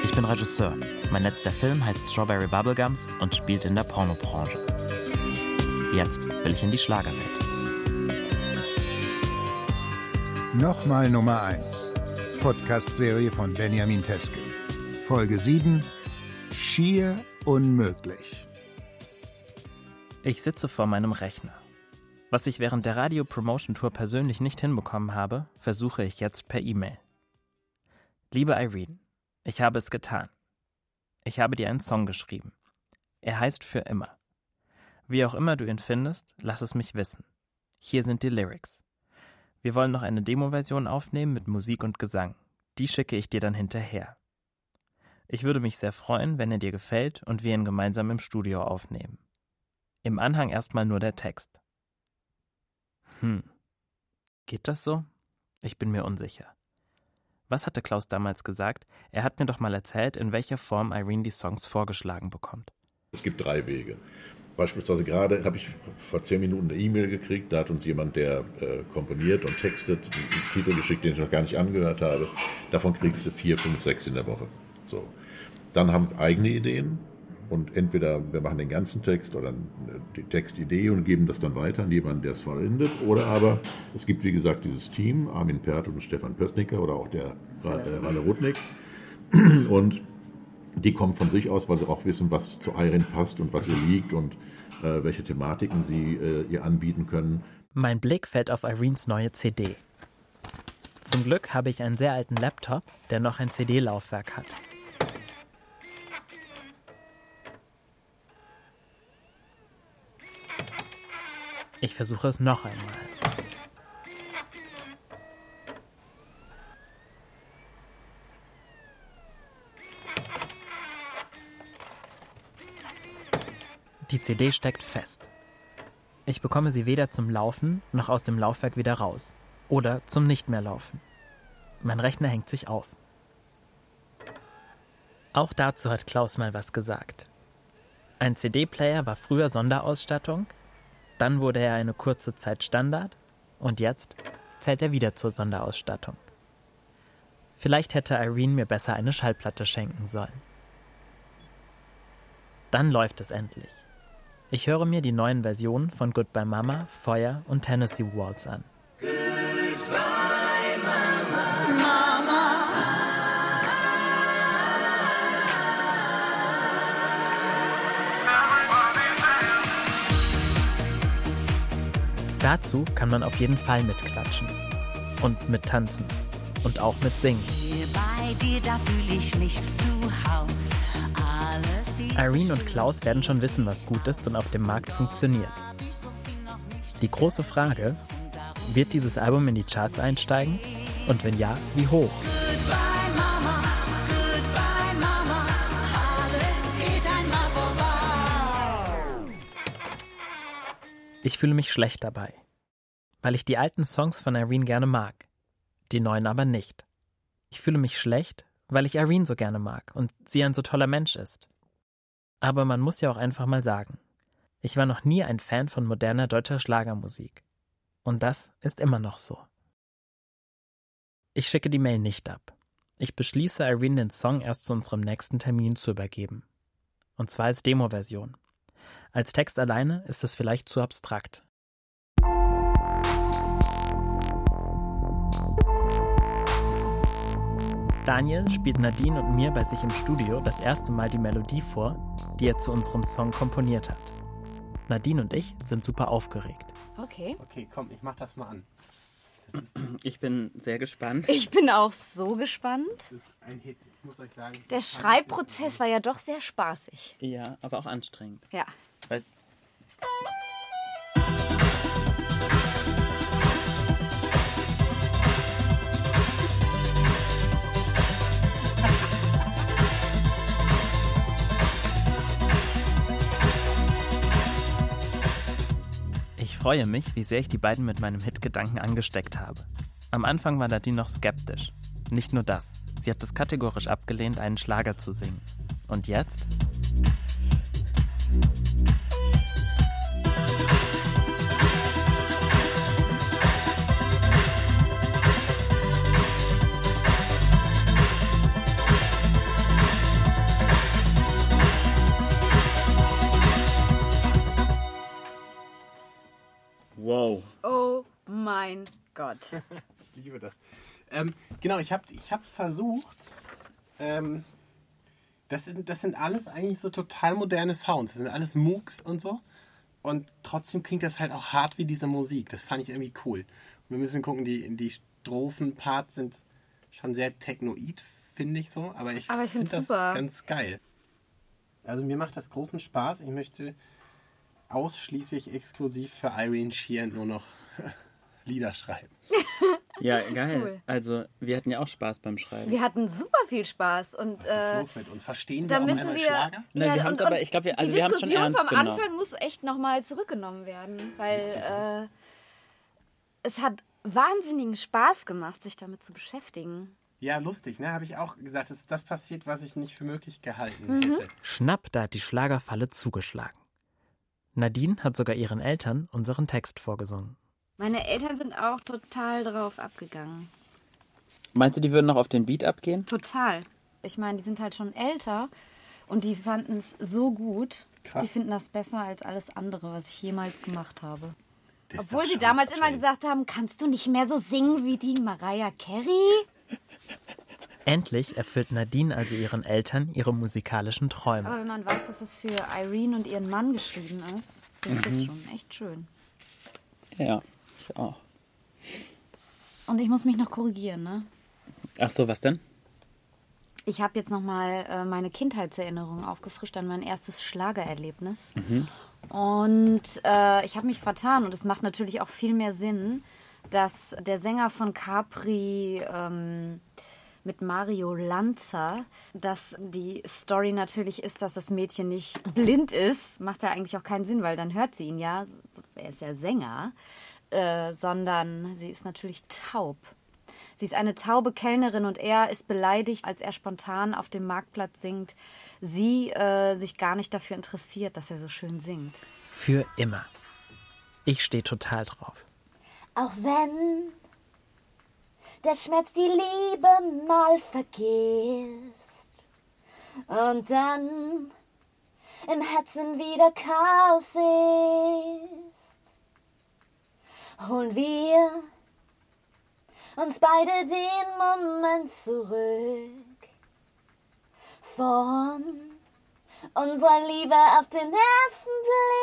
Ich bin Regisseur. Mein letzter Film heißt Strawberry Bubblegums und spielt in der Pornobranche. Jetzt will ich in die Schlagerwelt. Nochmal Nummer 1. Podcast-Serie von Benjamin Teske. Folge 7. Schier unmöglich. Ich sitze vor meinem Rechner. Was ich während der Radio-Promotion-Tour persönlich nicht hinbekommen habe, versuche ich jetzt per E-Mail. Liebe Irene, ich habe es getan. Ich habe dir einen Song geschrieben. Er heißt Für immer. Wie auch immer du ihn findest, lass es mich wissen. Hier sind die Lyrics. Wir wollen noch eine Demo-Version aufnehmen mit Musik und Gesang. Die schicke ich dir dann hinterher. Ich würde mich sehr freuen, wenn er dir gefällt und wir ihn gemeinsam im Studio aufnehmen. Im Anhang erstmal nur der Text. Geht das so? Ich bin mir unsicher. Was hatte Klaus damals gesagt? Er hat mir doch mal erzählt, in welcher Form Irene die Songs vorgeschlagen bekommt. Es gibt 3 Wege. Beispielsweise gerade habe ich vor 10 Minuten eine E-Mail gekriegt, da hat uns jemand, der komponiert und textet, einen Titel geschickt, den ich noch gar nicht angehört habe. Davon kriegst du 4, 5, 6 in der Woche. So. Dann haben wir eigene Ideen und entweder wir machen den ganzen Text oder die Textidee und geben das dann weiter an jemanden, der es vollendet. Oder aber es gibt, wie gesagt, dieses Team, Armin Perth und Stefan Pößnicker oder auch der Ralle Rudnick. Und die kommen von sich aus, weil sie auch wissen, was zu Irene passt und was ihr liegt und welche Thematiken sie ihr anbieten können. Mein Blick fällt auf Irenes neue CD. Zum Glück habe ich einen sehr alten Laptop, der noch ein CD-Laufwerk hat. Ich versuche es noch einmal. Die CD steckt fest. Ich bekomme sie weder zum Laufen noch aus dem Laufwerk wieder raus. Oder zum Nicht mehr Laufen. Mein Rechner hängt sich auf. Auch dazu hat Klaus mal was gesagt. Ein CD-Player war früher Sonderausstattung, dann wurde er eine kurze Zeit Standard und jetzt zählt er wieder zur Sonderausstattung. Vielleicht hätte Irene mir besser eine Schallplatte schenken sollen. Dann läuft es endlich. Ich höre mir die neuen Versionen von Goodbye Mama, Feuer und Tennessee Waltz an. Goodbye Mama, Mama. Dazu kann man auf jeden Fall mitklatschen und mittanzen und auch mitsingen. Hier bei dir, da fühle ich mich zu Haus. Alles sieht Irene und Klaus werden schon wissen, was gut ist und auf dem Markt funktioniert. Die große Frage, wird dieses Album in die Charts einsteigen? Und wenn ja, wie hoch? Goodbye Mama, Goodbye Mama. Alles geht einmal vorbei. Ich fühle mich schlecht dabei, weil ich die alten Songs von Irene gerne mag, die neuen aber nicht. Ich fühle mich schlecht, weil ich Irene so gerne mag und sie ein so toller Mensch ist. Aber man muss ja auch einfach mal sagen, ich war noch nie ein Fan von moderner deutscher Schlagermusik. Und das ist immer noch so. Ich schicke die Mail nicht ab. Ich beschließe, Irene den Song erst zu unserem nächsten Termin zu übergeben. Und zwar als Demo-Version. Als Text alleine ist es vielleicht zu abstrakt. Daniel spielt Nadine und mir bei sich im Studio das erste Mal die Melodie vor, die er zu unserem Song komponiert hat. Nadine und ich sind super aufgeregt. Okay. Okay, komm, ich mach das mal an. Ich bin sehr gespannt. Ich bin auch so gespannt. Das ist ein Hit, ich muss euch sagen. Der Schreibprozess war ja doch sehr spaßig. Ja, aber auch anstrengend. Ja. Weil ich freue mich, wie sehr ich die beiden mit meinem Hit-Gedanken angesteckt habe. Am Anfang war Nadine noch skeptisch. Nicht nur das, sie hat es kategorisch abgelehnt, einen Schlager zu singen. Und jetzt? Mein Gott. Ich liebe das. Genau, ich hab versucht, das sind alles eigentlich so total moderne Sounds. Das sind alles Moogs und so. Und trotzdem klingt das halt auch hart wie diese Musik. Das fand ich irgendwie cool. Und wir müssen gucken, die Strophenparts sind schon sehr technoid, finde ich so. Aber ich finde das ganz geil. Also mir macht das großen Spaß. Ich möchte ausschließlich exklusiv für Irene Shear nur noch Lieder schreiben. Ja, geil. Cool. Also, wir hatten ja auch Spaß beim Schreiben. Wir hatten super viel Spaß. Und, Was ist los mit uns? Verstehen da wir auch müssen einmal wir, Schlager? Nein, wir haben es aber, ich glaube, die wir haben es schon Diskussion ernst vom genommen. Anfang muss echt nochmal zurückgenommen werden. Weil es hat wahnsinnigen Spaß gemacht, sich damit zu beschäftigen. Ja, lustig, ne? Habe ich auch gesagt, dass das passiert, was ich nicht für möglich gehalten hätte. Schnapp, da hat die Schlagerfalle zugeschlagen. Nadine hat sogar ihren Eltern unseren Text vorgesungen. Meine Eltern sind auch total drauf abgegangen. Meinst du, die würden noch auf den Beat abgehen? Total. Ich meine, die sind halt schon älter und die fanden es so gut. Krass. Die finden das besser als alles andere, was ich jemals gemacht habe. Das ist Obwohl doch sie schon damals immer strange. gesagt haben, kannst du nicht mehr so singen wie die Mariah Carey? Endlich erfüllt Nadine also ihren Eltern ihre musikalischen Träume. Aber wenn man weiß, dass es für Irene und ihren Mann geschrieben ist, finde ich das schon echt schön. Ja, ich auch. Und ich muss mich noch korrigieren, ne? Ach so, was denn? Ich habe jetzt nochmal meine Kindheitserinnerungen aufgefrischt an mein erstes Schlagererlebnis. Und ich habe mich vertan. Und es macht natürlich auch viel mehr Sinn, dass der Sänger von Capri mit Mario Lanza, dass die Story natürlich ist, dass das Mädchen nicht blind ist. Macht ja eigentlich auch keinen Sinn, weil dann hört sie ihn ja. Er ist ja Sänger. Sondern sie ist natürlich taub. Sie ist eine taube Kellnerin und er ist beleidigt, als er spontan auf dem Marktplatz singt. Sie sich gar nicht dafür interessiert, dass er so schön singt. Für immer. Ich stehe total drauf. Auch wenn der Schmerz die Liebe mal vergisst und dann im Herzen wieder Chaos ist, holen wir uns beide den Moment zurück von unserer Liebe auf den ersten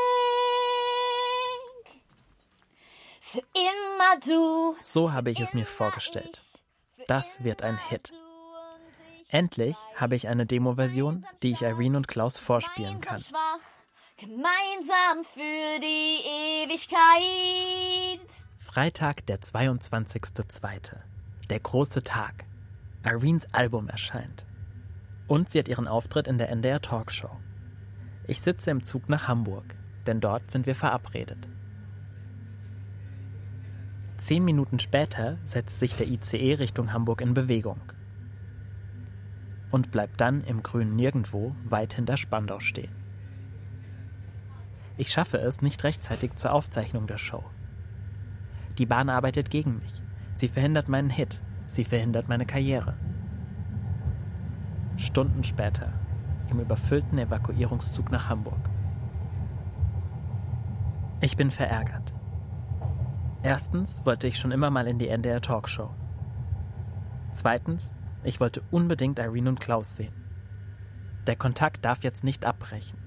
Blick. Für immer du. So habe ich es mir vorgestellt. Das wird ein Hit. Endlich habe ich eine Demo-Version, die ich Irene und Klaus vorspielen kann. Gemeinsam für die Ewigkeit. Freitag, der 22.02. Der große Tag. Irenes Album erscheint. Und sie hat ihren Auftritt in der NDR Talkshow. Ich sitze im Zug nach Hamburg, denn dort sind wir verabredet. 10 Minuten später setzt sich der ICE Richtung Hamburg in Bewegung. Und bleibt dann im grünen Nirgendwo weit hinter Spandau stehen. Ich schaffe es nicht rechtzeitig zur Aufzeichnung der Show. Die Bahn arbeitet gegen mich. Sie verhindert meinen Hit. Sie verhindert meine Karriere. Stunden später, im überfüllten Evakuierungszug nach Hamburg. Ich bin verärgert. Erstens wollte ich schon immer mal in die NDR Talkshow. Zweitens, ich wollte unbedingt Irene und Klaus sehen. Der Kontakt darf jetzt nicht abbrechen.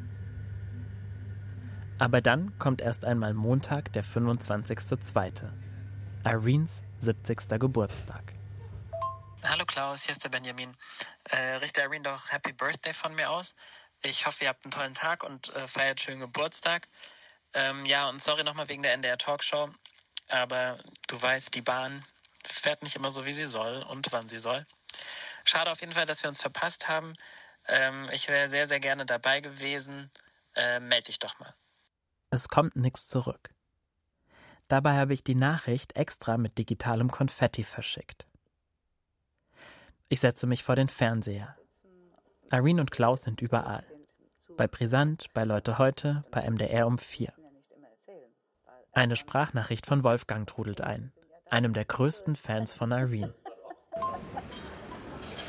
Aber dann kommt erst einmal Montag, der 25.02. Irenes 70. Geburtstag. Hallo Klaus, hier ist der Benjamin. Richte Irene doch Happy Birthday von mir aus. Ich hoffe, ihr habt einen tollen Tag und feiert schönen Geburtstag. Ja, und sorry nochmal wegen der NDR Talkshow, aber du weißt, die Bahn fährt nicht immer so, wie sie soll und wann sie soll. Schade auf jeden Fall, dass wir uns verpasst haben. Ich wäre sehr, sehr gerne dabei gewesen. Meld dich doch mal. Es kommt nichts zurück. Dabei habe ich die Nachricht extra mit digitalem Konfetti verschickt. Ich setze mich vor den Fernseher. Irene und Klaus sind überall. Bei Brisant, bei Leute heute, bei MDR um 4. Eine Sprachnachricht von Wolfgang trudelt ein, einem der größten Fans von Irene.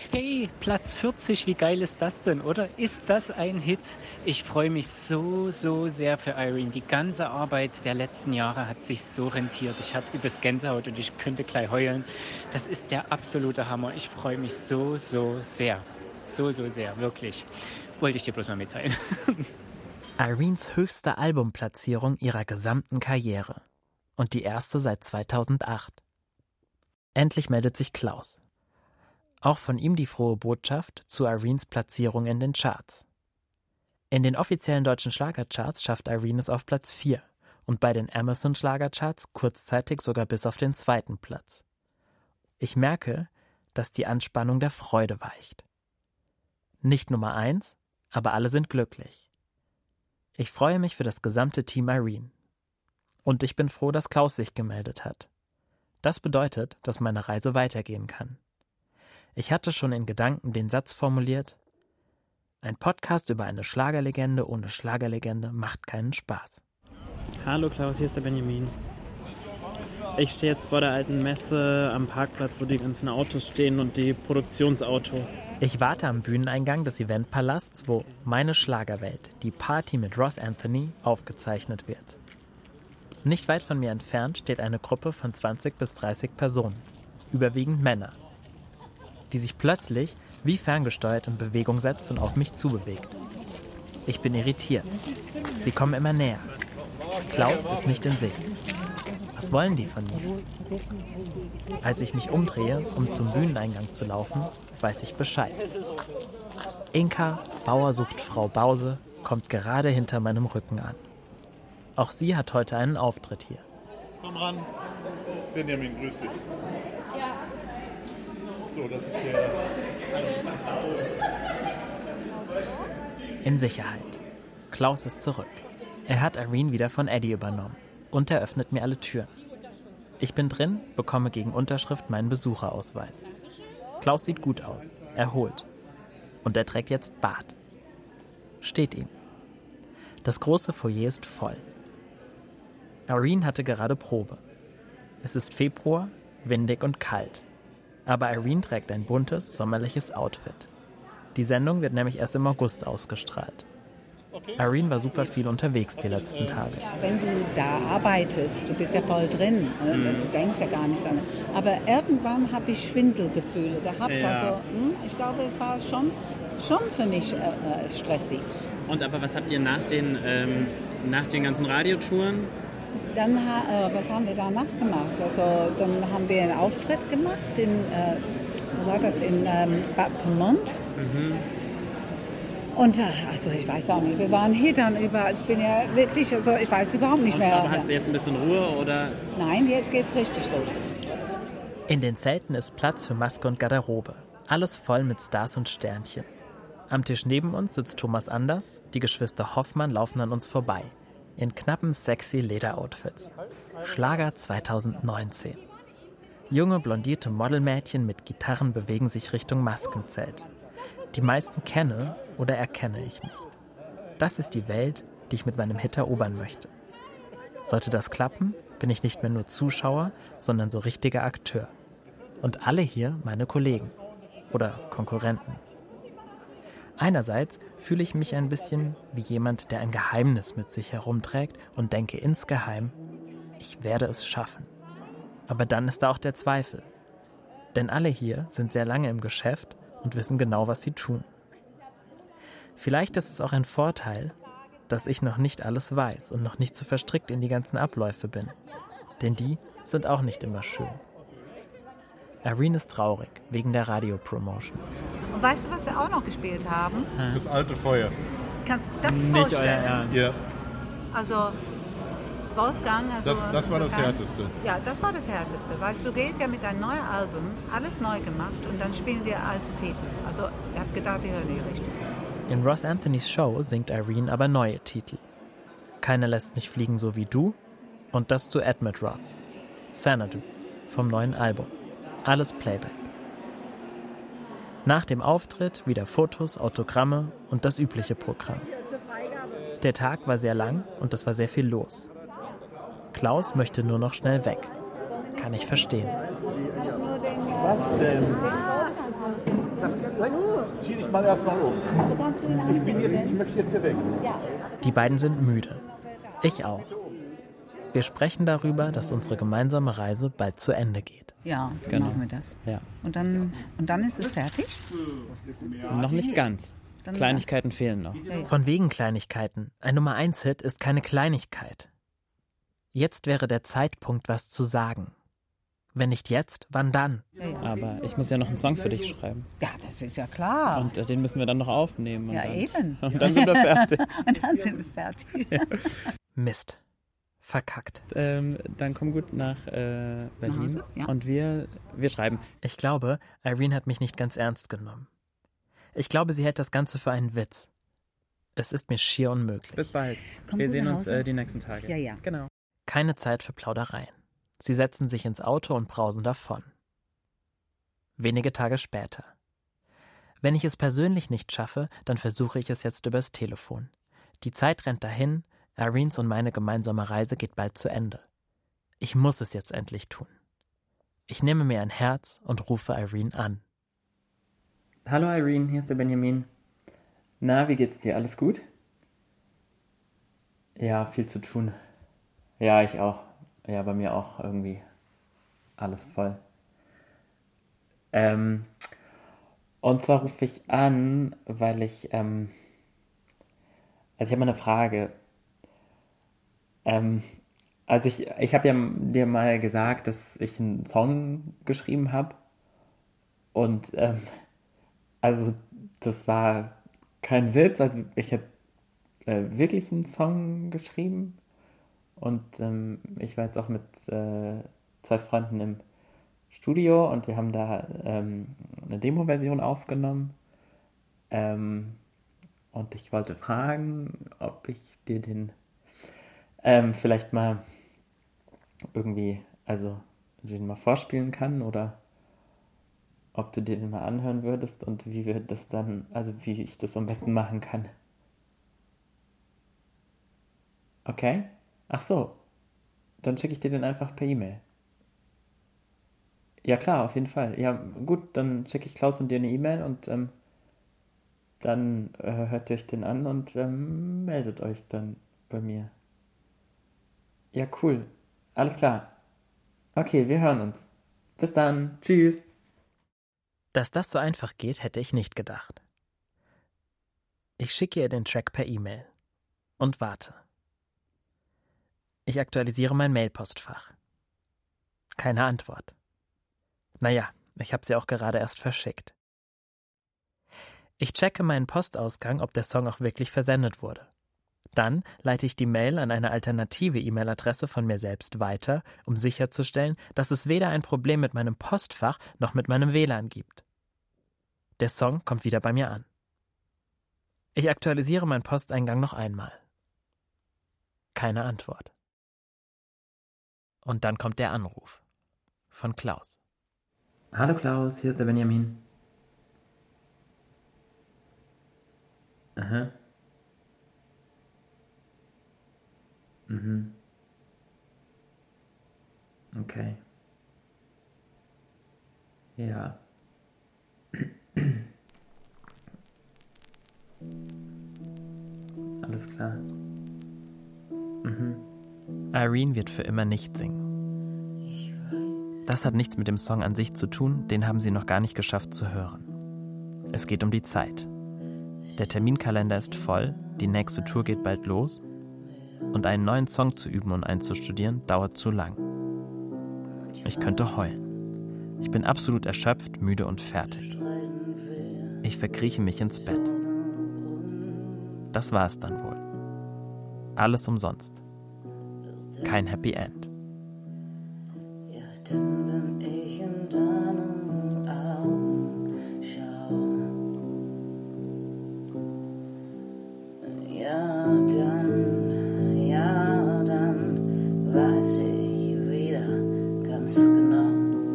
Hey, Platz 40, wie geil ist das denn, oder? Ist das ein Hit? Ich freue mich so sehr für Irene. Die ganze Arbeit der letzten Jahre hat sich so rentiert. Ich habe übelst Gänsehaut und ich könnte gleich heulen. Das ist der absolute Hammer. Ich freue mich so sehr. So sehr, wirklich. Wollte ich dir bloß mal mitteilen. Irenes höchste Albumplatzierung ihrer gesamten Karriere. Und die erste seit 2008. Endlich meldet sich Klaus. Auch von ihm die frohe Botschaft zu Irenes Platzierung in den Charts. In den offiziellen deutschen Schlagercharts schafft Irene es auf Platz 4 und bei den Amazon-Schlagercharts kurzzeitig sogar bis auf den 2. Platz. Ich merke, dass die Anspannung der Freude weicht. Nicht Nummer 1, aber alle sind glücklich. Ich freue mich für das gesamte Team Irene. Und ich bin froh, dass Klaus sich gemeldet hat. Das bedeutet, dass meine Reise weitergehen kann. Ich hatte schon in Gedanken den Satz formuliert: Ein Podcast über eine Schlagerlegende ohne Schlagerlegende macht keinen Spaß. Hallo Klaus, hier ist der Benjamin. Ich stehe jetzt vor der alten Messe am Parkplatz, wo die ganzen Autos stehen und die Produktionsautos. Ich warte am Bühneneingang des Eventpalasts, wo Meine Schlagerwelt, die Party mit Ross Anthony, aufgezeichnet wird. Nicht weit von mir entfernt steht eine Gruppe von 20 bis 30 Personen, überwiegend Männer, die sich plötzlich wie ferngesteuert in Bewegung setzt und auf mich zubewegt. Ich bin irritiert. Sie kommen immer näher. Klaus ist nicht in Sicht. Was wollen die von mir? Als ich mich umdrehe, um zum Bühneneingang zu laufen, weiß ich Bescheid. Inka, Bauer sucht Frau Bause, kommt gerade hinter meinem Rücken an. Auch sie hat heute einen Auftritt hier. Komm ran. Benjamin, grüß dich. So, das ist der... In Sicherheit. Klaus ist zurück. Er hat Irene wieder von Eddie übernommen und er öffnet mir alle Türen. Ich bin drin, bekomme gegen Unterschrift meinen Besucherausweis. Klaus sieht gut aus, erholt. Und er trägt jetzt Bart. Steht ihm. Das große Foyer ist voll. Irene hatte gerade Probe. Es ist Februar, windig und kalt. Aber Irene trägt ein buntes, sommerliches Outfit. Die Sendung wird nämlich erst im August ausgestrahlt. Irene war super viel unterwegs die letzten Tage. Wenn du da arbeitest, du bist ja voll drin, du denkst ja gar nicht an. Aber irgendwann habe ich Schwindelgefühle gehabt. Ja. Also ich glaube, es war schon für mich stressig. Und aber was habt ihr nach den ganzen Radiotouren? Dann, was haben wir danach gemacht? Also dann haben wir einen Auftritt gemacht wo war das? In Bad Pyrmont. Und also ich weiß auch nicht, wir waren hier dann überall. Ich bin ja wirklich, also ich weiß überhaupt nicht mehr. Aber hast du jetzt ein bisschen Ruhe oder? Nein, jetzt geht's richtig los. In den Zelten ist Platz für Maske und Garderobe. Alles voll mit Stars und Sternchen. Am Tisch neben uns sitzt Thomas Anders, die Geschwister Hoffmann laufen an uns vorbei. In knappen, sexy Lederoutfits. Schlager 2019. Junge, blondierte Modelmädchen mit Gitarren bewegen sich Richtung Maskenzelt. Die meisten kenne oder erkenne ich nicht. Das ist die Welt, die ich mit meinem Hit erobern möchte. Sollte das klappen, bin ich nicht mehr nur Zuschauer, sondern so richtiger Akteur. Und alle hier meine Kollegen oder Konkurrenten. Einerseits fühle ich mich ein bisschen wie jemand, der ein Geheimnis mit sich herumträgt und denke insgeheim, ich werde es schaffen. Aber dann ist da auch der Zweifel. Denn alle hier sind sehr lange im Geschäft und wissen genau, was sie tun. Vielleicht ist es auch ein Vorteil, dass ich noch nicht alles weiß und noch nicht so verstrickt in die ganzen Abläufe bin. Denn die sind auch nicht immer schön. Irene ist traurig, wegen der Radiopromotion. Und weißt du, was sie auch noch gespielt haben? Das alte Feuer. Kannst du das Nicht vorstellen? Ja. Also Wolfgang, also das war das Härteste. Ja, das war das Härteste. Weißt du, gehst ja mit deinem neuen Album, alles neu gemacht und dann spielen dir alte Titel. Also er hat gedacht, die hören nicht richtig. In Ross Anthonys Show singt Irene aber neue Titel. Keiner lässt mich fliegen so wie du und das Duett mit Ross. Xanadu vom neuen Album. Alles Playback. Nach dem Auftritt wieder Fotos, Autogramme und das übliche Programm. Der Tag war sehr lang und es war sehr viel los. Klaus möchte nur noch schnell weg. Kann ich verstehen. Was denn? zieh dich mal erstmal um. Ich möchte jetzt hier weg. Die beiden sind müde. Ich auch. Wir sprechen darüber, dass unsere gemeinsame Reise bald zu Ende geht. Ja, dann Genau. machen wir das. Ja. Und dann ist es fertig? Noch nicht ganz. Dann- Kleinigkeiten fehlen noch. Von wegen Kleinigkeiten. Ein Nummer-1-Hit ist keine Kleinigkeit. Jetzt wäre der Zeitpunkt, was zu sagen. Wenn nicht jetzt, wann dann? Aber ich muss ja noch einen Song für dich schreiben. Ja, das ist ja klar. Und den müssen wir dann noch aufnehmen. Und Ja, dann, eben. Und dann sind wir fertig. Und dann sind wir fertig. Mist. Verkackt. Dann komm gut nach Berlin. Hause, ja. Und wir schreiben. Ich glaube, Irene hat mich nicht ganz ernst genommen. Ich glaube, sie hält das Ganze für einen Witz. Es ist mir schier unmöglich. Bis bald. Komm wir gut sehen nach uns Hause. die nächsten Tage. Ja, ja. Genau. Keine Zeit für Plaudereien. Sie setzen sich ins Auto und brausen davon. Wenige Tage später. Wenn ich es persönlich nicht schaffe, dann versuche ich es jetzt übers Telefon. Die Zeit rennt dahin, Irenes und meine gemeinsame Reise geht bald zu Ende. Ich muss es jetzt endlich tun. Ich nehme mir ein Herz und rufe Irene an. Hallo Irene, hier ist der Benjamin. Na, wie geht's dir? Alles gut? Ja, viel zu tun. Ja, ich auch. Ja, bei mir auch irgendwie alles voll. Und zwar rufe ich an, weil ich habe mal eine Frage. Also ich habe ja dir mal gesagt, dass ich einen Song geschrieben habe. Und also das war kein Witz. Also ich habe wirklich einen Song geschrieben. Und ich war jetzt auch mit 2 Freunden im Studio und wir haben da eine Demo-Version aufgenommen. Und ich wollte fragen, ob ich dir den vielleicht mal irgendwie, also den mal vorspielen kann oder ob du dir den mal anhören würdest und wie wir das dann, also wie ich das am besten machen kann. Okay? Ach so, dann schicke ich dir den einfach per E-Mail. Ja klar, auf jeden Fall. Ja gut, dann schicke ich Klaus und dir eine E-Mail und dann hört ihr euch den an und meldet euch dann bei mir. Ja, cool. Alles klar. Okay, wir hören uns. Bis dann. Tschüss. Dass das so einfach geht, hätte ich nicht gedacht. Ich schicke ihr den Track per E-Mail und warte. Ich aktualisiere mein Mailpostfach. Keine Antwort. Naja, ich habe sie auch gerade erst verschickt. Ich checke meinen Postausgang, ob der Song auch wirklich versendet wurde. Dann leite ich die Mail an eine alternative E-Mail-Adresse von mir selbst weiter, um sicherzustellen, dass es weder ein Problem mit meinem Postfach noch mit meinem WLAN gibt. Der Song kommt wieder bei mir an. Ich aktualisiere meinen Posteingang noch einmal. Keine Antwort. Und dann kommt der Anruf. Von Klaus. Hallo Klaus, hier ist der Benjamin. Aha. Mhm. Okay. Ja. Alles klar. Mhm. Irene wird für immer nicht singen. Das hat nichts mit dem Song an sich zu tun, den haben sie noch gar nicht geschafft zu hören. Es geht um die Zeit. Der Terminkalender ist voll, die nächste Tour geht bald los und einen neuen Song zu üben und einzustudieren dauert zu lang. Ich könnte heulen. Ich bin absolut erschöpft, müde und fertig. Ich verkrieche mich ins Bett. Das war es dann wohl. Alles umsonst. Kein Happy End. Denn wenn ich in deinen Augen schaue, ja dann weiß ich wieder ganz genau.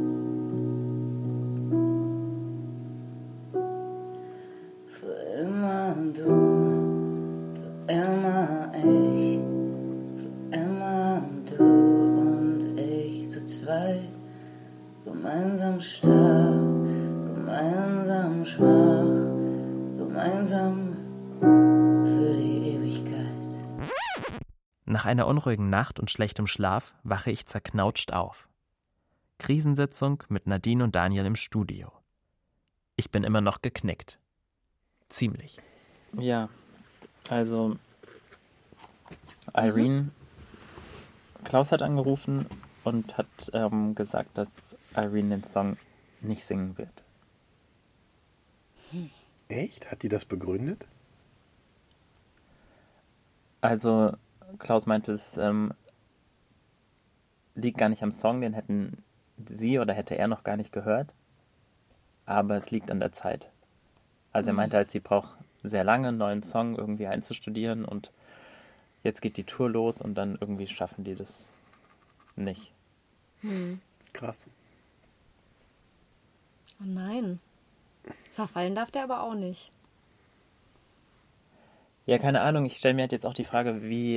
Für immer du, für immer ich, für immer du und ich zu zweit. Gemeinsam stark, gemeinsam schwach, gemeinsam für die Ewigkeit. Nach einer unruhigen Nacht und schlechtem Schlaf wache ich zerknautscht auf. Krisensitzung mit Nadine und Daniel im Studio. Ich bin immer noch geknickt. Ziemlich. Ja, also Irene, Klaus hat angerufen und hat gesagt, dass Irene den Song nicht singen wird. Echt? Hat die das begründet? Also Klaus meinte, es liegt gar nicht am Song, den hätten sie oder hätte er noch gar nicht gehört, aber es liegt an der Zeit. Also er meinte halt, sie braucht sehr lange, einen neuen Song irgendwie einzustudieren und jetzt geht die Tour los und dann irgendwie schaffen die das nicht. Krass. Oh nein. Verfallen darf der aber auch nicht. Ja, keine Ahnung, ich stelle mir halt jetzt auch die Frage, wie,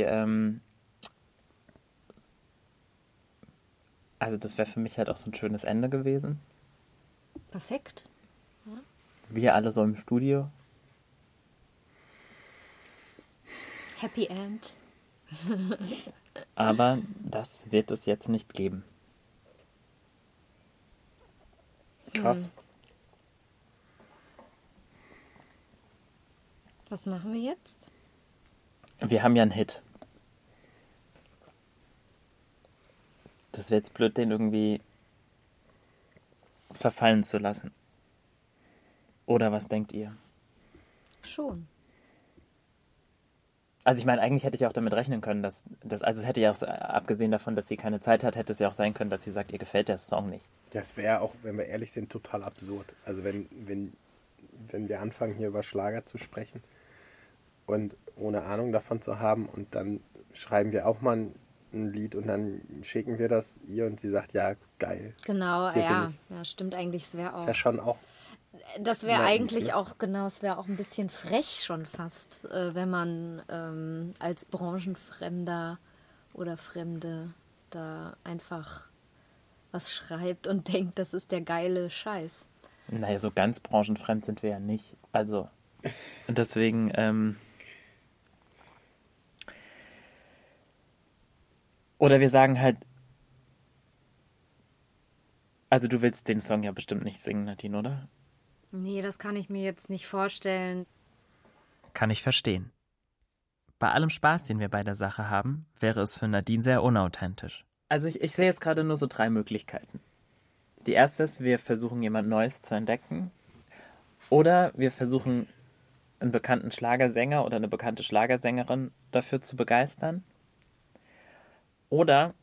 also das wäre für mich halt auch so ein schönes Ende gewesen. Perfekt. Ja. Wir alle so im Studio. Happy End. Aber das wird es jetzt nicht geben. Krass. Was machen wir jetzt? Wir haben ja einen Hit. Das wäre jetzt blöd, den irgendwie verfallen zu lassen. Oder was denkt ihr? Schon. Also ich meine, eigentlich hätte ich auch damit rechnen können, dass also es hätte ja auch, abgesehen davon, dass sie keine Zeit hat, hätte es ja auch sein können, dass sie sagt, ihr gefällt der Song nicht. Das wäre auch, wenn wir ehrlich sind, total absurd. Also wenn wir anfangen, hier über Schlager zu sprechen und ohne Ahnung davon zu haben und dann schreiben wir auch mal ein Lied und dann schicken wir das ihr und sie sagt, ja, geil. Genau, Hier ja. bin ich. Ja, stimmt eigentlich. Es wäre auch. Ist ja schon auch. Das wäre naiv, eigentlich ne? auch, genau, es wäre auch ein bisschen frech schon fast, wenn man als Branchenfremder oder Fremde da einfach was schreibt und denkt, das ist der geile Scheiß. Naja, so ganz branchenfremd sind wir ja nicht. Also, und deswegen, oder wir sagen halt, also du willst den Song ja bestimmt nicht singen, Nadine, oder? Nee, das kann ich mir jetzt nicht vorstellen. Kann ich verstehen. Bei allem Spaß, den wir bei der Sache haben, wäre es für Nadine sehr unauthentisch. Also ich sehe jetzt gerade nur so 3 Möglichkeiten. Die erste ist, wir versuchen jemand Neues zu entdecken. Oder wir versuchen einen bekannten Schlagersänger oder eine bekannte Schlagersängerin dafür zu begeistern. Oder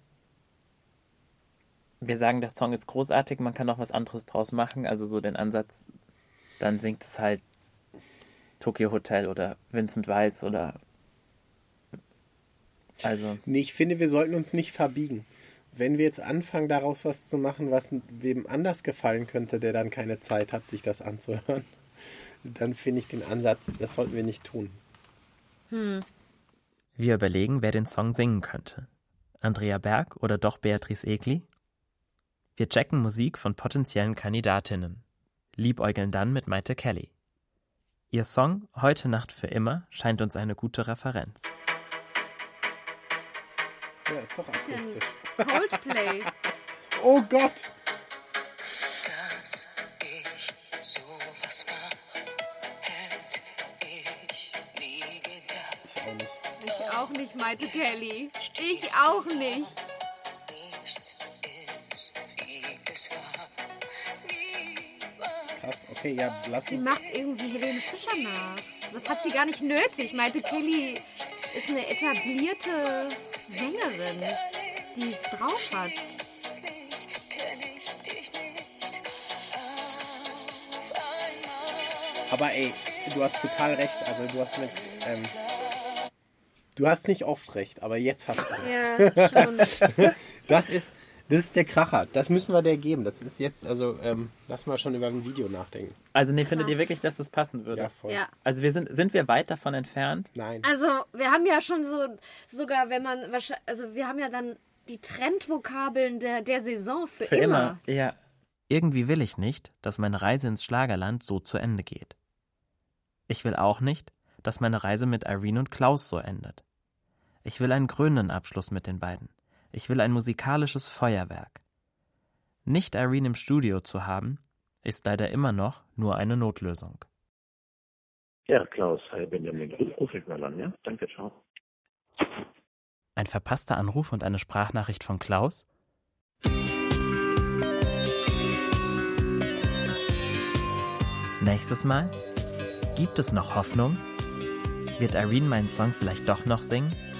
wir sagen, der Song ist großartig, man kann auch was anderes draus machen. Also so den Ansatz, dann singt es halt Tokyo Hotel oder Vincent Weiss oder also. Nee, ich finde, wir sollten uns nicht verbiegen. Wenn wir jetzt anfangen, daraus was zu machen, was wem anders gefallen könnte, der dann keine Zeit hat, sich das anzuhören, dann finde ich den Ansatz, das sollten wir nicht tun. Wir überlegen, wer den Song singen könnte. Andrea Berg oder doch Beatrice Egli? Wir checken Musik von potenziellen Kandidatinnen. Liebäugeln dann mit Maite Kelly. Ihr Song Heute Nacht für immer scheint uns eine gute Referenz. Ja, ist doch akustisch. Coldplay. Oh Gott! Dass ich sowas mach, hätte ich nie gedacht. Ich auch nicht, Maite Kelly. Ich auch nicht. Nichts ist, wie es war. Krass, okay, ja, lass Sie uns. macht irgendwie Helene Fischer nach. Das hat sie gar nicht nötig. Maite Kelly ist eine etablierte Sängerin, die drauf hat. Aber ey, du hast total recht. Also du hast nicht oft recht, aber jetzt hast du recht. Ja, schon. Das ist der Kracher. Das müssen wir der geben. Das ist jetzt, also lass mal schon über ein Video nachdenken. Also nee, findet ihr wirklich, dass das passen würde? Ja, voll. Ja. Also sind wir weit davon entfernt? Nein. Also, wir haben ja schon sogar wenn man, also wir haben ja dann die Trendvokabeln der Saison für immer. Ja. Irgendwie will ich nicht, dass meine Reise ins Schlagerland so zu Ende geht. Ich will auch nicht, dass meine Reise mit Irene und Klaus so endet. Ich will einen krönenden Abschluss mit den beiden. Ich will ein musikalisches Feuerwerk. Nicht Irene im Studio zu haben, ist leider immer noch nur eine Notlösung. Ja, Klaus, hi Benjamin. Ruf ich mal an, ja? Danke, ciao. Ein verpasster Anruf und eine Sprachnachricht von Klaus? Nächstes Mal? Gibt es noch Hoffnung? Wird Irene meinen Song vielleicht doch noch singen?